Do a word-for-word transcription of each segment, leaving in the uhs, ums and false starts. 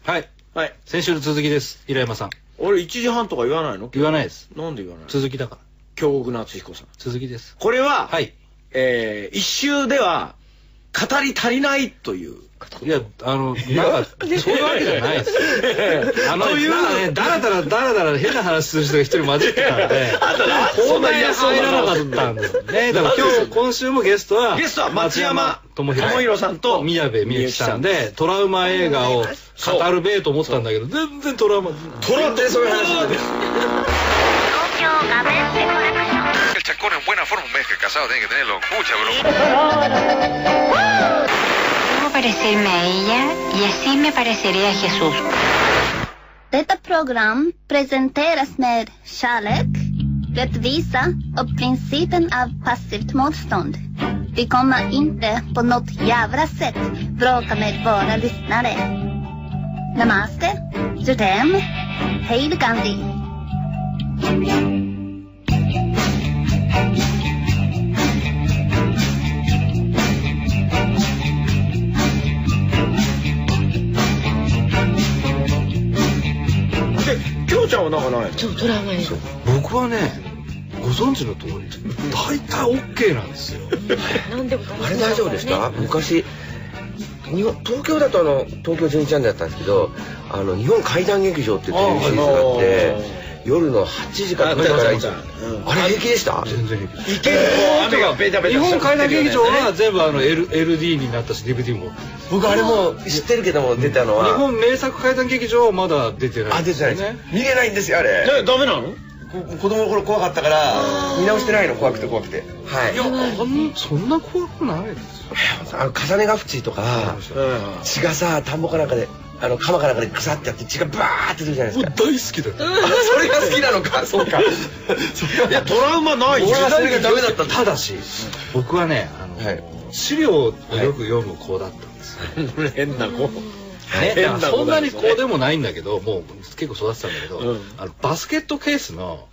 はい。 はい。 先週の続きです。平山さん。 俺いちじはんとか言わないの？ 言わないです。 なんで言わないの？ 続きだから。 京極夏彦さん。 続きです。 これは、 はい。 えー、一周では語り足りないという。 いや、あの、なんか、そういうわけじゃないですよ。あの、なんかね、だらだらだらだら変な話する人が一人混じってたんで、 そんな嫌そう入らなかったんですね。だから今日、今週もゲストは、 ゲストは松山智博さんと宮部みゆきさんで、トラウマ映画を語るべえと思ったんだけど、全然トラウマ。 トラウマってそういう話なんです。 東京画面セコレクション。 El chacón en buena forma, un mes que casado tiene que tenerlo mucha broma. Parecerme a ella y así me pareceré a Jesús. Detta program presenteras med kärlek, rättvisa och principen av passivt motstånd. Vi kommer inte på något jävla sätt bråka med våra lyssnare. Namaste, Jutem, hej då Gandhi. ちゃんはなんかないの？ ちょっとトラウマに。 僕はね、ご存知の通り大体 オーケー なんですよ。 なんでもあれ大丈夫でした？昔日本東京だとあの東京じゅうにチャンネルだったんですけど、あの日本怪談劇場っていうテレビシリーズがあって、夜のはちじからくじからいちじ、あれ平気でした？ 全然平気。 いける雨がベタベタ。 日本怪談劇場は全部あの L エルディー になったし ディーブイディー も。 僕あれも知ってるけども出たのは日本名作怪談劇場はまだ出てない。 あ、出てないです。見れないんですよあれ。 ダメなの？ 子供の頃怖かったから見直してないの、怖くて怖くて。はい。 いや、そんな怖くないですよ。 あの重ねが縁とか血がさ、田んぼかなんかであの鎌かなんかで腐ってやって血がバーって出るじゃないですか。 大好きだよ。 それが好きなのか。そうか。いやトラウマない。 俺はそれがダメだった。 ただし僕はね、あの資料をよく読む子だったんですよ。 変な子。 そんなにこうでもないんだけど、もう結構育ってたんだけど、あのバスケットケースの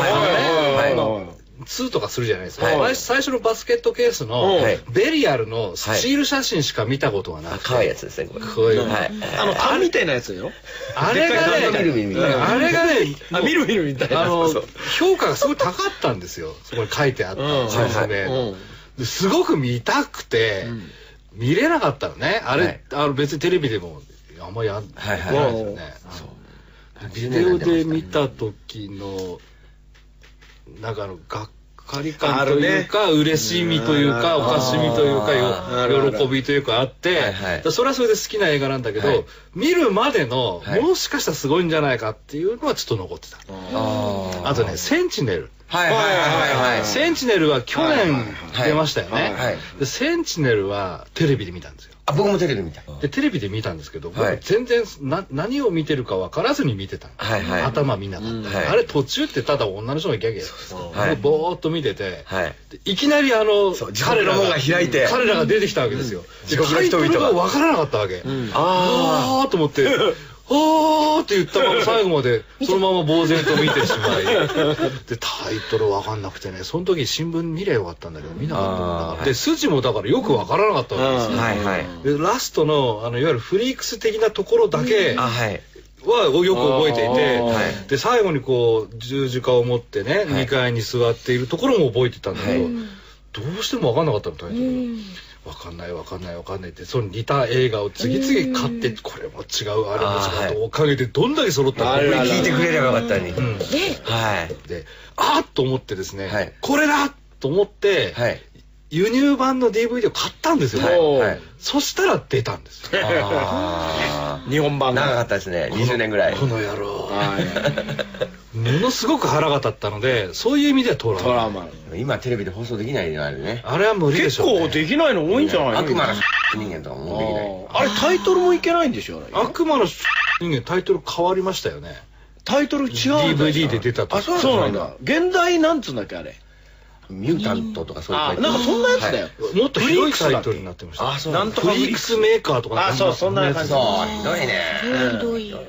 ツーとかするじゃないですか。最初のバスケットケースのベリアルのスチール写真しか見たことがなくて。 可愛いやつですね。こういうあの缶みたいなやつよ。 あれがね、あれがね、 見る見るみたいな。 評価がすごい高かったんですよ。そこに書いてあった説明。すごく見たくて見れなかったのね。あれ、あの別にテレビでもあんまりやんないですよね。ビデオで見た時のなんかあのがっかり感というか嬉しみというかおかしみというか喜びというかあって、それはそれで好きな映画なんだけど、見るまでのもしかしたらすごいんじゃないかっていうのはちょっと残ってた。あとね、センチネル。 はいはいはいはい。 センチネルは去年出ましたよね。でセンチネルはテレビで見たんですよ。 あ、僕もテレビで見た。 でテレビで見たんですけど、僕全然な何を見てるか分からずに見てた。頭見なかった。あれ途中ってただ女の人がギャギャボーっと見てて、いきなりあの彼らが開いて彼らが出てきたわけですよ。タイトルが分からなかったわけ。ああと思って。あーって言ったまま最後までそのまま呆然と見てしまいでタイトル分かんなくてね、その時新聞見りゃよかったんだけど見なかったんだからで筋もだからよく分からなかったわけですよ。でラストのあのいわゆるフリークス的なところだけはよく覚えていて、で最後にこう十字架を持ってねにかいに座っているところも覚えてたんだけど、どうしても分かんなかったのタイトルが。わかんないわかんないわかんないってその似た映画を次々買ってこれも違うあれも違うとおかげでどんだけ揃ったのか聞いてくれればよかったのに。 であっと思ってですね、これだと思って輸入版の ディーブイディー を買ったんですよ。そしたら出たんですよ。 日本版長かったですね。にじゅうねんぐらい。 この野郎。ものすごく腹が立ったので、そういう意味ではトラウマ。 今テレビで放送できないのあれね。 あれは無理でしょうね。 結構できないの多いんじゃないの？ 悪魔の人間とかもできない。 あれタイトルもいけないんでしょ？ 悪魔の人間タイトル変わりましたよね。 タイトル違う。ディーブイディー で出たと。 あ、そうなんだ。現代なんつうんだっけあれ。 ミュータントとかそういうタイトル。なんかそんなやつだよ。 もっと広いタイトルになってました。 あ、そうなんだ。 フリークスメーカーとか。 あ、そう、そんな感じ。 そう、ひどいね。 ひどい。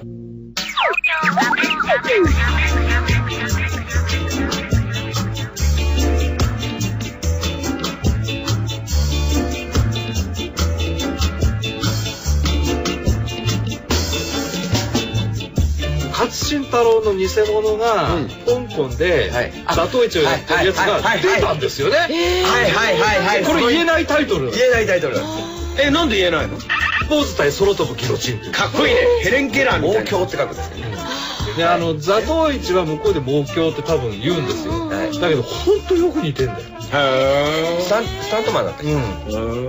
勝新太郎の偽物が香港で座頭市をやってるやつが出たんですよね。はいはいはいはい。 これ言えないタイトル。 言えないタイトル。 え、なんで言えないの？ ポーズ対空飛ぶギロチンっていう。 かっこいいね。ヘレン・ケラーみたいな。 猛狂って書くんですけど。 で、あの座頭市は向こうで猛狂って多分言うんですよ。だけど本当よく似てんだよ。 へえ。スタンスタントマンだった。うん。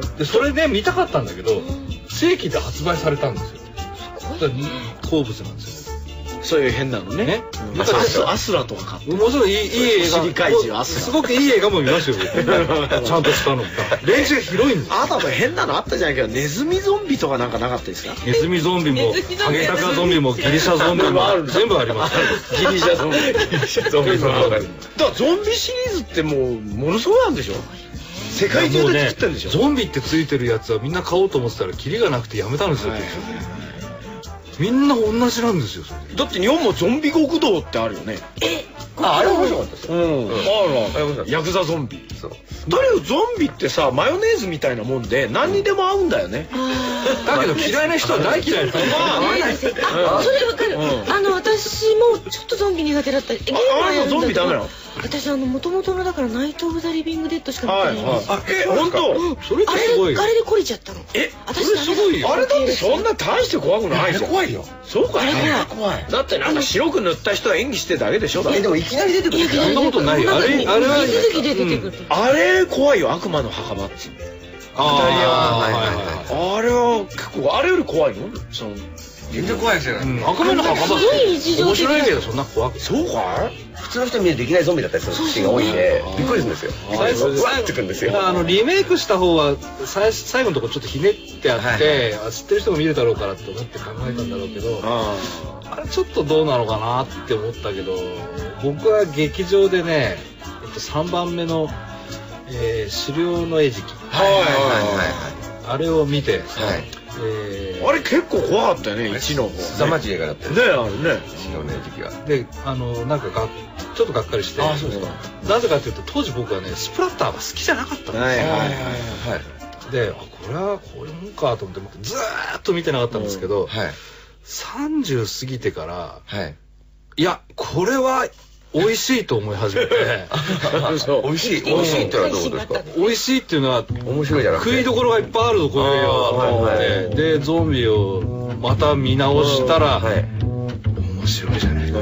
でそれで見たかったんだけど正規で発売されたんですよ。好物なんですよ。 そういう変なのね。 だからアスラとか買って。 もちろんいい映画。すごくいい映画も見ましたよ。ちゃんとしたの。レンジが広いんです。 あと変なのあったじゃないけど、ネズミゾンビとかなんかなかったですか？ ネズミゾンビもハゲタカゾンビもギリシャゾンビも全部あります。 ギリシャゾンビ。ギリシャゾンビもある。だからゾンビシリーズってもうものすごいなんでしょ？世界中で作ってるんでしょ？ ゾンビってついてるやつはみんな買おうと思ってたらキリがなくてやめたんですよ。みんな同じなんですよ。 だって日本もゾンビ極道ってあるよね。 え、あ、あれ面白かったですよ。うん。 あら、ヤクザゾンビ。そう。とにかくゾンビってさ、マヨネーズみたいなもんで何にでも合うんだよね。 だけど嫌いな人は大嫌いなの。 あ、それわかる。あの私もちょっとゾンビ苦手だったり。 あのゾンビダメなの？ 私あの元々のだからナイト・オブ・ザ・リビング・デッドしか見てない。 あ、え、本当？ それってすごい。 あれで懲りちゃったの。 え、 私すごいよ。 あれだってそんな大して怖くないじゃん。 怖いよ。 そうかね。 怖い。 だってなんか白く塗った人は演技してるだけでしょ。 え、でもいきなり出てくる。 そんなことないよ。あれあれは水着で出てくる。 あれ怖いよ。悪魔の墓場っつう。 ああ、あれは結構あれより怖いの？その全然怖いですよね。 悪魔の墓場って面白いけどそんな怖く。 そうかい？ 普通の人見るとできないゾンビだったりするシーンが多いんでびっくりするんですよ。うわってくるんですよ。 あのリメイクした方は最最後のところちょっとひねってあって知ってる人も見るだろうからって思って考えたんだろうけど、あれちょっとどうなのかなって思ったけど、僕は劇場でねさんばんめの狩猟の餌食、あれを見て、 あれ結構怖かったよね。いちの方凄まじい映画だったよね。あるね。 狩猟の餌食は。 で、あのなんかがちょっとがっかりして、なぜかというと当時僕はねスプラッターが好きじゃなかったんですよ。で、これはこういうもんかと思ってずーっと見てなかったんですけど、さんじゅう過ぎてからいやこれは美味しいと思い始めて。 美味しい美味しいってのはどういうことですか？ 美味しいっていうのは面白いじゃなくて食いどころがいっぱいあるぞこれよと思って、でゾンビをまた見直したら面白いじゃないか。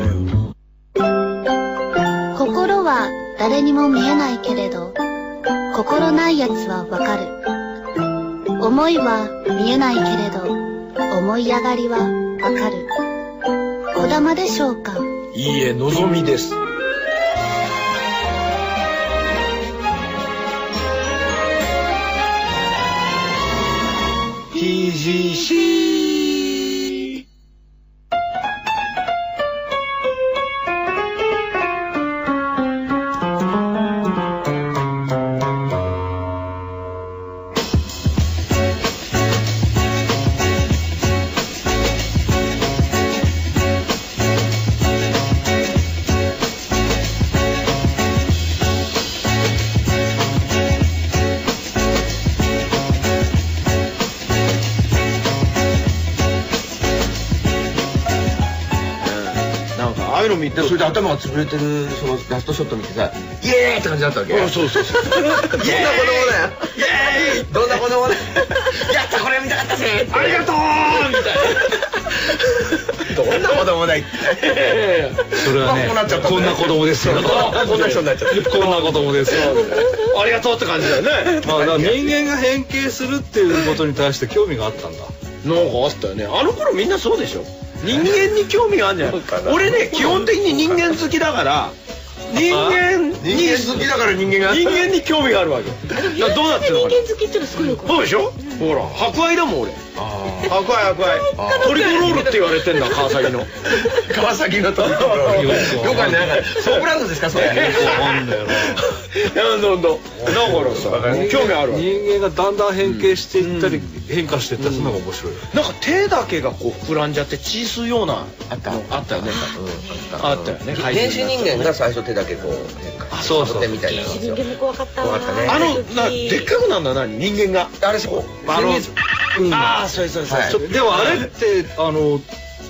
心は誰にも見えないけれど心ないやつはわかる。思いは見えないけれど思い上がりはわかる。こだまでしょうか？ いいえ、のぞみです。ティージーシー。 でそれで頭が潰れてるそのラストショット見てさ「イエーイ!」って感じだったわけ。 そうそうそう。 どんな子供だよ。イエーイ！どんな子供だよ。やったこれ見たかったぜ。 ありがとうみたいな。どんな子供だいって。 それはねこんな子供ですよ。 こんな人になっちゃった。 こんな子供ですよ。 ありがとうって感じだよね。 まあだから人間が変形するっていうことに対して興味があったんだ。 なんかあったよね。あの頃みんなそうでしょ。人間に興味があるんじゃない？俺ね基本的に人間好きだから人間人間好きだから人間が人間に興味があるわけ。どうなってるのかな。 人間好きってのすごいよ。 そうでしょ。ほら博愛だもん俺。博愛博愛。トリコロールって言われてんだ川崎の。 川崎のトリコロール。よくあるね。ソープランドですかそれ。 なんだよな。 どんどんだからさ興味あるわ。 人間がだんだん変形していったり変化していったりするのが面白い。 なんか手だけがこう膨らんじゃって血吸うようなあったあったよね。あったよね。 原始人間が最初手だけこう変化。そうそうみたいな。 人間も怖かった怖かったね。 あのでっかくなんだ何人間が。 あれそう。 あのああそうそうそう。 でもあれってあの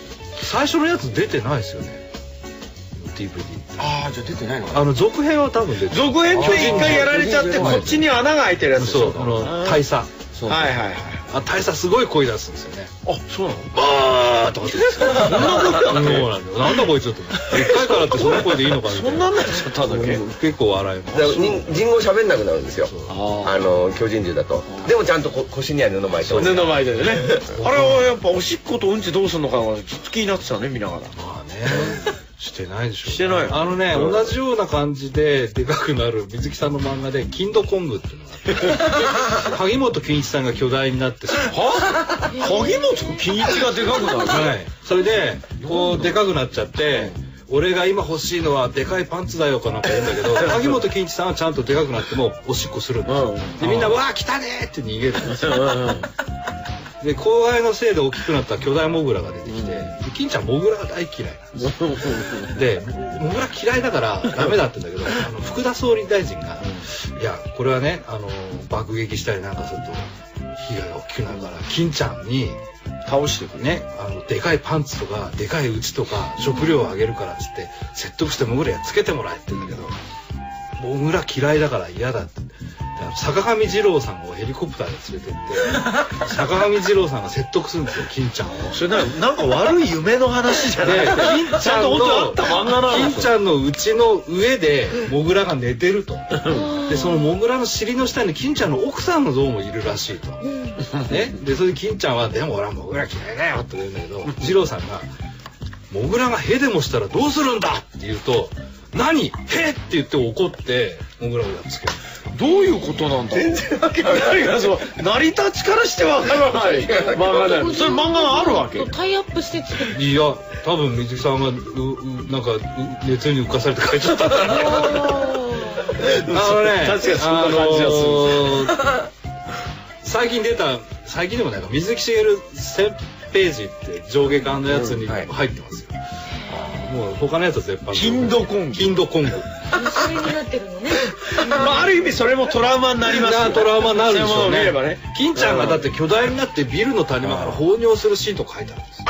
最初のやつ出てないですよね ディーブイディー。 ああ、じゃあ出てないのかな。 あの続編は多分出てる。 続編って一回やられちゃってこっちに穴が開いてるやつでしょ。 そう、あの大佐。 はいはいはい。 あ、大佐すごい声出すんですよね。 あ、そうなの。 バーとかって。そんな声だ。そうなんだよ。なんだこいつと。でっかいからってそんな声でいいのかみたいな。 そんなんなっちゃったんだっけ。 結構笑います。 人語喋んなくなるんですよ。あの巨人獣だと。でもちゃんと腰には布巻いて。 布巻いてね。あれはやっぱおしっことうんちどうするのかがずっと気になってたね、見ながら。 まあね。してないでしょ。 してない。 あのね、同じような感じででかくなる水木さんの漫画でキンドコングっていうのがあって萩本欽一さんが巨大になっては萩本欽一がでかくなる。 はい。それでこうでかくなっちゃって俺が今欲しいのはでかいパンツだよかなんか言うんだけど萩本欽一さんはちゃんとでかくなってもおしっこするんですよ。でみんなわー来たねーって逃げるんですよ。で後輩のせいで大きくなった巨大モグラが出てきて金ちゃんモグラが大嫌いなんですよ。でモグラ嫌いだからダメだって言うんだけどあの福田総理大臣が「いやこれはねあの爆撃したりなんかすると被害が大きくなるから金ちゃんに倒してくねあのでかいパンツとかでかいうちとか食料をあげるから」っつって説得してモグラやっつけてもらえって言うんだけどモグラ嫌いだから嫌だって。坂上二郎さんをヘリコプターで連れてって坂上二郎さんが説得するんですよ金ちゃんを。それなんか悪い夢の話じゃない。金ちゃんの金ちゃんのうちの上でモグラが寝てると。でそのモグラの尻の下に金ちゃんの奥さんの像もいるらしいと。ねでそれで金ちゃんはでも俺はモグラ嫌いだよって言うんだけど二郎さんがモグラがヘでもしたらどうするんだって言うと何ヘって言って怒ってモグラをやっつける。 どういうことなんだ。全然わけわかんない。成り立ちからしてわからない漫画だよ。それ漫画があるわけ。 タイアップして作る。 いや多分水木さんがうなんか熱に浮かされて書いちゃったんだろう。あのね確かにそんな感じがする。 最近出た最近でもないか水木しげるせんページって上下巻のやつに入ってますよ。もう他のやつは絶版。 キンドコング。 キンドコング。 それになってるのね。 まあある意味それもトラウマになりますよ。 トラウマになるでしょうね。 ね金ちゃんがだって巨大になってビルの谷間から放尿するシーンとか書いてあるんです。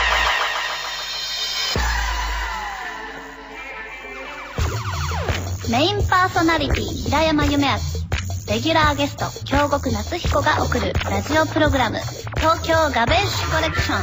メインパーソナリティ平山夢明、レギュラーゲスト京極夏彦が送るラジオプログラム東京ガベージコレクション。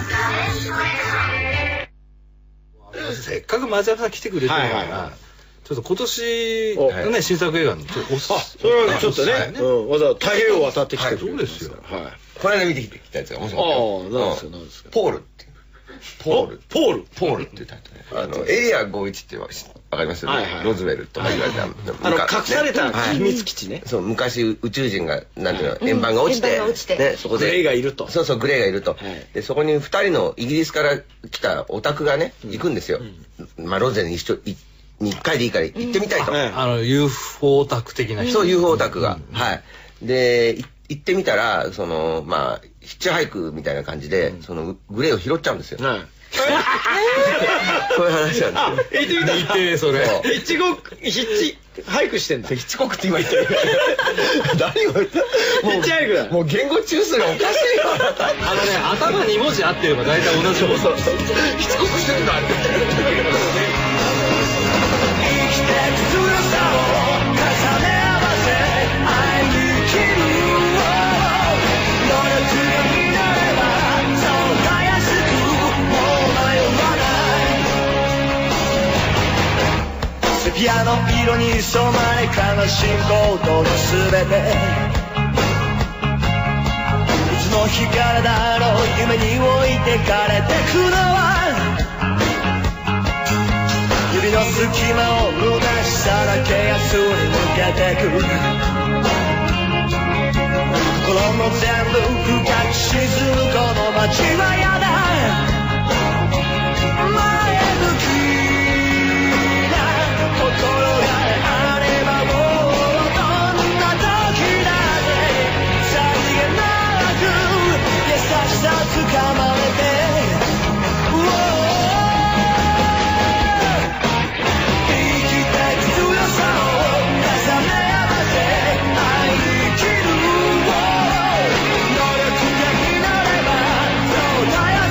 せっかく松山さん来てくれてるから、はいはい、ちょっと今年のね新作映画にちょっとおすすそれはちょっとね、うん、わざわざ太平洋渡ってきてくれるんですよ。 はい。この間見てきたやつが面白かった。 ああ、なんですかなんですか。 ポールっていう。 ポールポールポールっていうタイトル。あのエリアごじゅういちってわかりますよね。ロズウェルとか言われた。 あの隠された秘密基地ね。 そう昔宇宙人がなんていうの円盤が落ちてねそこでグレイがいると。 そうそうグレイがいると。でそこにふたりのイギリスから来たオタクがね行くんですよ。まあロゼに一緒にいっかいでいいから行ってみたいと。 あの ユーフォー オタク的な人。 そう ユーフォー オタクがはいで行ってみたらそのまあヒッチハイクみたいな感じでそのグレイを拾っちゃうんですよ。そういう話なんですよ。 行ってみた。 見てそれ。 ヒッチコックヒッチハイクしてんだ。 ヒッチコックって今言ってる。何を言った？ ヒッチハイクだ。 もう言語中枢がおかしいよ。 あのね頭に文字合ってれば大体同じこと。 そうそう。ヒッチコックしてるんだって。生きてく強さを重ね合わせ愛に生きる。セピアの色に染まれ悲しむことのすべていつの日からだろう夢に置いてかれてくのは指の隙間を虚しさだけがすり抜けてく心も全部深く沈むこの街はやだ前向き心があればもうどんな時だってさりげなく優しさつかまれて生きてく強さを重ね合わせ愛に生きる努力的なればそうだよ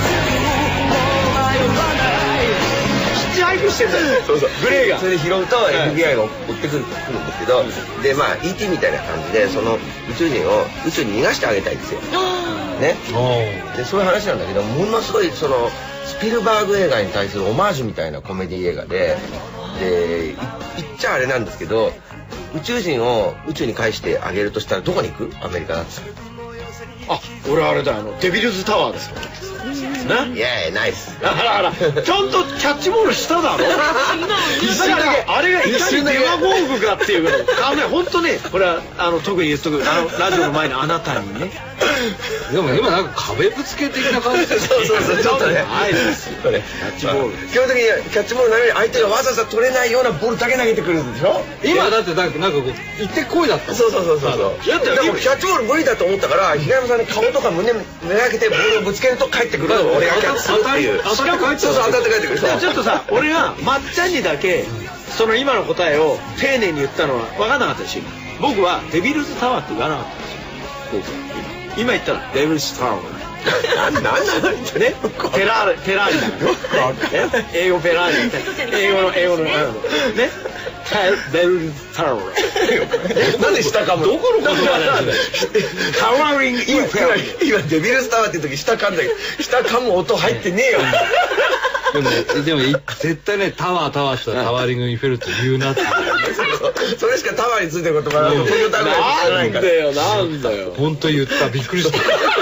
してんだよ。 そうそうグレーがそれで拾うと エフビーアイ が追ってくる来るんですけど、でまあ イーティー みたいな感じでその宇宙人を宇宙に逃がしてあげたいんですよ。ね。でそういう話なんだけど、ものすごいそのスピルバーグ映画に対するオマージュみたいなコメディ映画で、で言っちゃあれなんですけど、宇宙人を宇宙に返してあげるとしたらどこに行く？アメリカだったら。 あ、俺あれだよ、あのデビルズタワーですよ。 いやいやないっす。 あらあら、ちゃんとキャッチボールしただろ。一瞬だけあれがいかにデマゴーグかっていうことあのね、本当ね、これはあの特に言っとく、あのラジオの前のあなたにね。 でも今なんか壁ぶつけ的な感じでそうそうそう、ちょっとねはいですよ、キャッチボール。 基本的にキャッチボールのために相手がわざわざ取れないようなボールだけ投げてくるんでしょ。 今だってなんかなんかこう行ってこいだった。 そうそうそうそうそう。だってキャッチボール無理だと思ったから、平山さんに顔とか胸めがけてボールをぶつけると帰ってくる。俺がキャッチするっていう。 当たり返ってそうそう、当たって帰ってくる。 ちょっとさ、俺がまっちゃんにだけその今の答えを丁寧に言ったのは分かんなかったでしょ。僕はデビルズタワーって言わなかったでしょ。今言ったらデビルズタワー。 なんなんなのね。 フェラーリ、フェラーリだよ。英語フェラーリ。英語の英語のね。デビルズタワー。 なんで下かむ？ どこの言葉なんだよ。タワーリングインフェラーリ。 今デビルズタワーって時下噛んだけど、下噛む音入ってねえよ。 でもでも絶対ね、タワータワーしたらタワーリングインフェルト言うなって。 それしかタワーについてる言葉なんてなんだよなんだよ。 本当言った、びっくりした。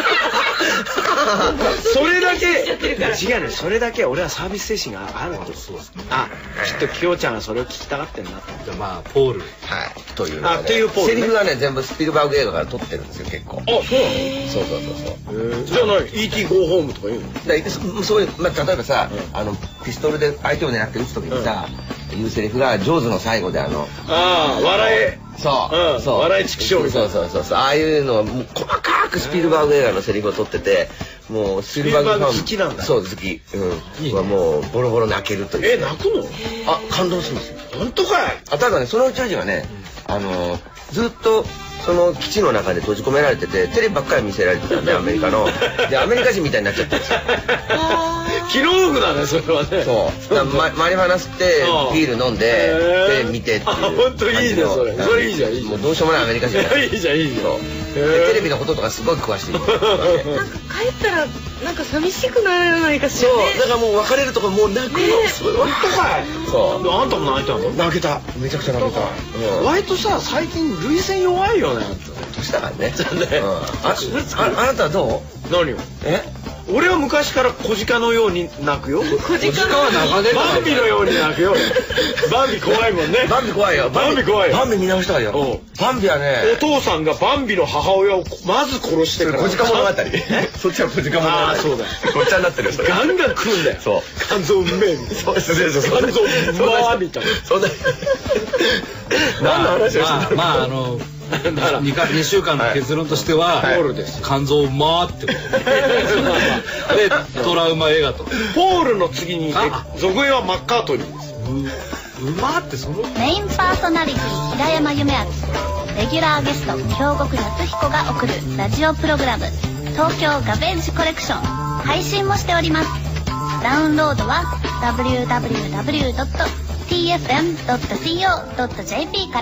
それだけ違うね、それだけ俺はサービス精神があるってこと。あ、きっときよちゃんがそれを聞きたがってんなと。 まあポール、 はいというあっていうポール。 セリフがね全部スピルバーグ映画から撮ってるんですよ結構。 あ、そうなの？ そうそうそうそう。 じゃあ何 イーティー ゴーホームとか言うの？ だそそういう、まあ、例えばさ、あのピストルで相手を狙って撃つ時にさ、言うセリフがジョーズの最後であのああ笑えそうそう笑いちくしょうみたいな。 そうそうそうそう、ああいうのはもう細かくスピルバーグ映画のセリフを取ってて、もうスピルバーグファン好きなんだ。 そう好き、うんはもうボロボロ泣けるという。 え、泣くの？ あ、感動するんですよ。 本当かい？ あ、ただね、その宇宙人はね、あのずっとその基地の中で閉じ込められてて、テレビばっかり見せられてたんで、アメリカのでアメリカ人みたいになっちゃったんですよ。 気の毒だね、それはね。 そうだ、ま、マリファナ吸ってビール飲んでテレビ見てっていう。 本当いいね、それ。それいいじゃん、いいじゃん。 もうどうしようもないアメリカ人。 いいじゃん、いいじゃん。 テレビのこととかすごい詳しい。なんか帰ったらなんか寂しくならないかしらね。 そう、だからもう別れるとかもう泣くの。 本当かい？ そう。 あんたも泣いたの？ 泣けた。めちゃくちゃ泣けた。 割とさ、最近涙腺弱いよね。 年だからね。あ、あなたはどう？ 何を？ え？ 俺は昔から小鹿のように泣くよ。小鹿は泣かねえ。 バンビのように泣くよ。バンビ怖いもんね。 バンビ怖いよ。 バンビ怖いよ。 バンビ見直したわよ。バンビはね、 お父さんがバンビの母親をまず殺してから。 小鹿物語。そっちは小鹿物語。 ああ、そうだ。 ごっちゃになってる。 ガンガン食うんだよ。 そう。 肝臓うめえ。 そうそうそう。 肝臓うまーみたいな。 そんな。何の話をしてたの？ まああの。にしゅうかんの結論としては肝臓うまーってことでトラウマ映画とポールの次に続編はマッカートニーです。 うまーってそのメインパーソナリティ平山夢明、レギュラーゲスト京極夏彦が送るラジオプログラム東京ガベージコレクション配信もしております。ダウンロードは ダブリューダブリューダブリュードットティーエフエムドットシーオードットジェーピー から。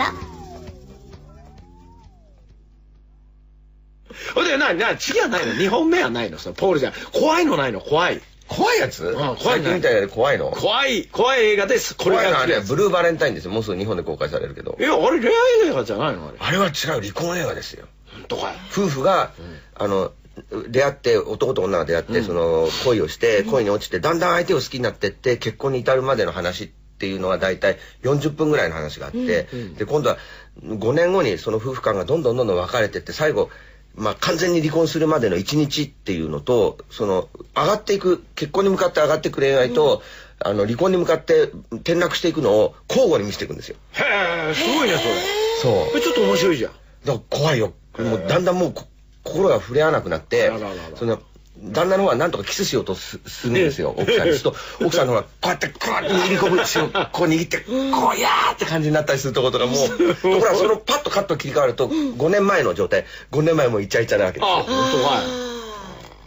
ほんで、な、な、次はないの？にほんめはないの？そのポールじゃん。怖いのないの？怖い。 怖いやつ？怖いみたいな怖いの？ 怖い、怖い映画です。これがね、ブルーバレンタインですよ。もうすぐ日本で公開されるけど。 いや、あれ恋愛映画じゃないの？あれ。 あれは違う、離婚映画ですよ。 本当かい。 夫婦が、あの、出会って、男と女が出会って、その、恋をして、恋に落ちて、だんだん相手を好きになってって、結婚に至るまでの話っていうのは大体よんじゅっぷんぐらいの話があって、で、今度はごねんごにその夫婦間がどんどんどんどん別れてって、最後、まあ完全に離婚するまでのいちにちっていうのと、その上がっていく、結婚に向かって上がっていく恋愛と、うん、あの離婚に向かって転落していくのを交互に見せていくんですよ。 へえ、すごいねそれ。 そう。 ちょっと面白いじゃん。 だから怖いよ。もうだんだんもう心が触れ合わなくなって、その旦那の方はなんとかキスしようとするんですよ、奥さんに。と奥さんの方がこうやってこうやって握り込むしよう、こう握ってこうやーって感じになったりするところとかもう、ところがそのパッとカット切り替わるとごねんまえの状態、ごねんまえもイチャイチャなわけですよ。 あ、本当は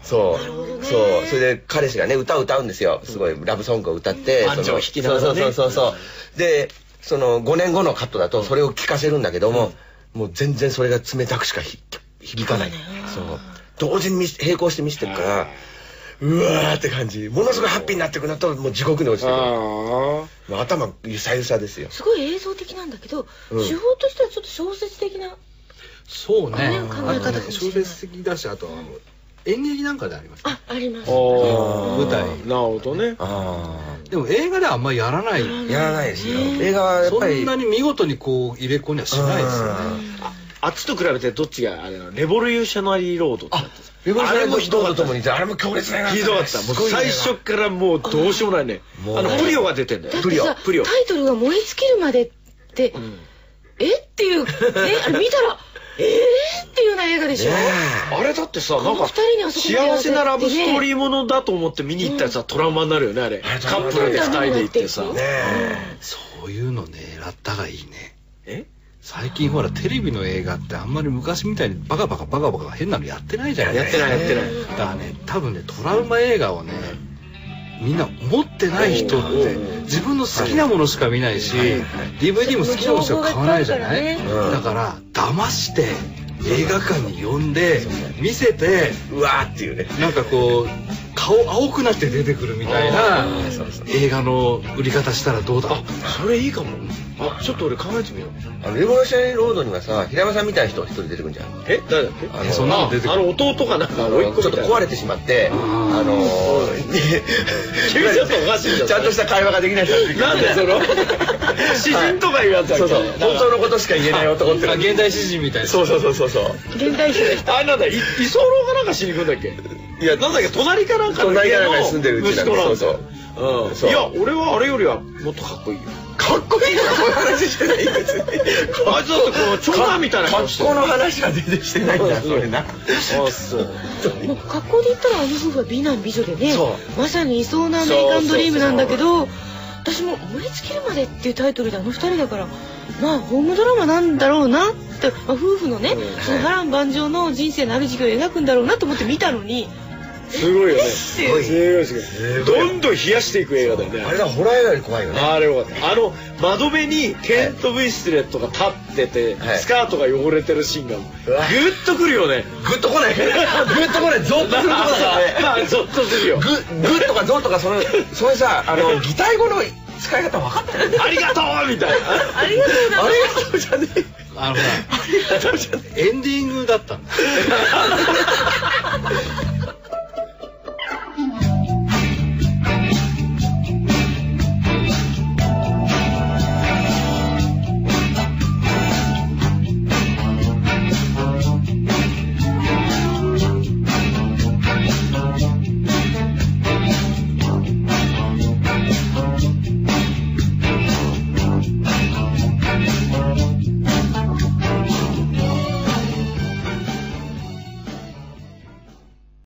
そうそうそれで彼氏がね歌を歌うんですよ。すごいラブソングを歌って安城弾きながらね。 そうそうそうそうでそのごねんごのカットだとそれを聴かせるんだけども、もう全然それが冷たくしか響かない。そう同時に並行して見せてるからうわーって感じ。ものすごいハッピーになってくるともう地獄に落ちてくる。もう頭ゆさゆさですよ。 すごい映像的なんだけど、手法としてはちょっと小説的な。 そうね。 考え方小説的だし、あとあの演劇なんかであります。 あ、あります。 舞台。 なるほどね。 でも映画ではあんまりやらない。 やらないですよ。映画はやっぱりそんなに見事にこう入れ込みはしないですよね。 あっちと比べてどっちがあれなの？レボリューショナリーロードってやつ。 レボリューショナリーロードとともにあれも強烈な映画。 ひどかった。もう最初からもうどうしようもないね。あのプリオが出てんだよ。 プリオ。プリオ。タイトルが燃え尽きるまでってえっていうね、あれ見たらえーっていうような映画でしょ。 あれだってさ、なんか幸せなラブストーリーものだと思って見に行ったらさ、トラウマになるよね、あれ。カップルでふたりで行ってさ。 そういうのね、やったがいいね。え？最近ほらテレビの映画ってあんまり昔みたいにバカバカバカバカ変なのやってないじゃないですか。 やってないやってない。 だからね、多分ね、トラウマ映画をね、みんな持ってない人って自分の好きなものしか見ないし ディーブイディー も好きなものしか買わないじゃない。だから騙して映画館に呼んで見せてうわーっていうね、 なんかこう顔青くなって出てくるみたいな映画の売り方したらどうだろう。 それいいかも。あ、ちょっと俺考えてみよう。 あのレボリューショナリーロードにはさ、平山さんみたいな人一人出てくるんじゃん。 え、誰だっけ？ あのそんなの出てくる。 あの弟かなんかちょっと壊れてしまってあの君ちょっとおかしいじゃん。 ちゃんとした会話ができない人なんでその詩人とかいうやつだっけ？ そうそう本当のことしか言えない男って現代詩人みたいな。 そうそうそうそうそう現代詩でした。 あれなんだ、居候かなんかしに行くんだっけ？いや、なんだっけ、隣かなんかの隣かなんかに住んでるうちなんで。 そうそう。いや、俺はあれよりはもっとかっこいいよ。 かっこいいとかそういう話してない別に。 あいつだってこの長男みたいな顔してる。 格好の話は全然してないんだそれな。あ、 そう。 もう格好で言ったらあの夫婦は美男美女でね、まさにいそうなアメリカンドリームなんだけど、私も燃え尽きるまでっていうタイトルであの二人だから、まあホームドラマなんだろうなって、まあ、夫婦のね、その波乱万丈の人生のある時期を描くんだろうなと思って見たのに。 すごいよね。すごいすごい。どんどん冷やしていく映画だよね。 あれだ、ホラー映画より怖いよね。 あれよかった。あの窓辺にケント・ウィスレットが立ってて、スカートが汚れてるシーンがグッとくるよね。 グッとこない。グッとこない。ゾッとするとこだからね。 まあゾッとするよ。 グッとかゾッとかそのそれさ、あの擬態語の使い方分かってない。 ありがとうみたいな。 ありがとうだ。 ありがとうじゃねえ。 あのほらエンディングだったんだ。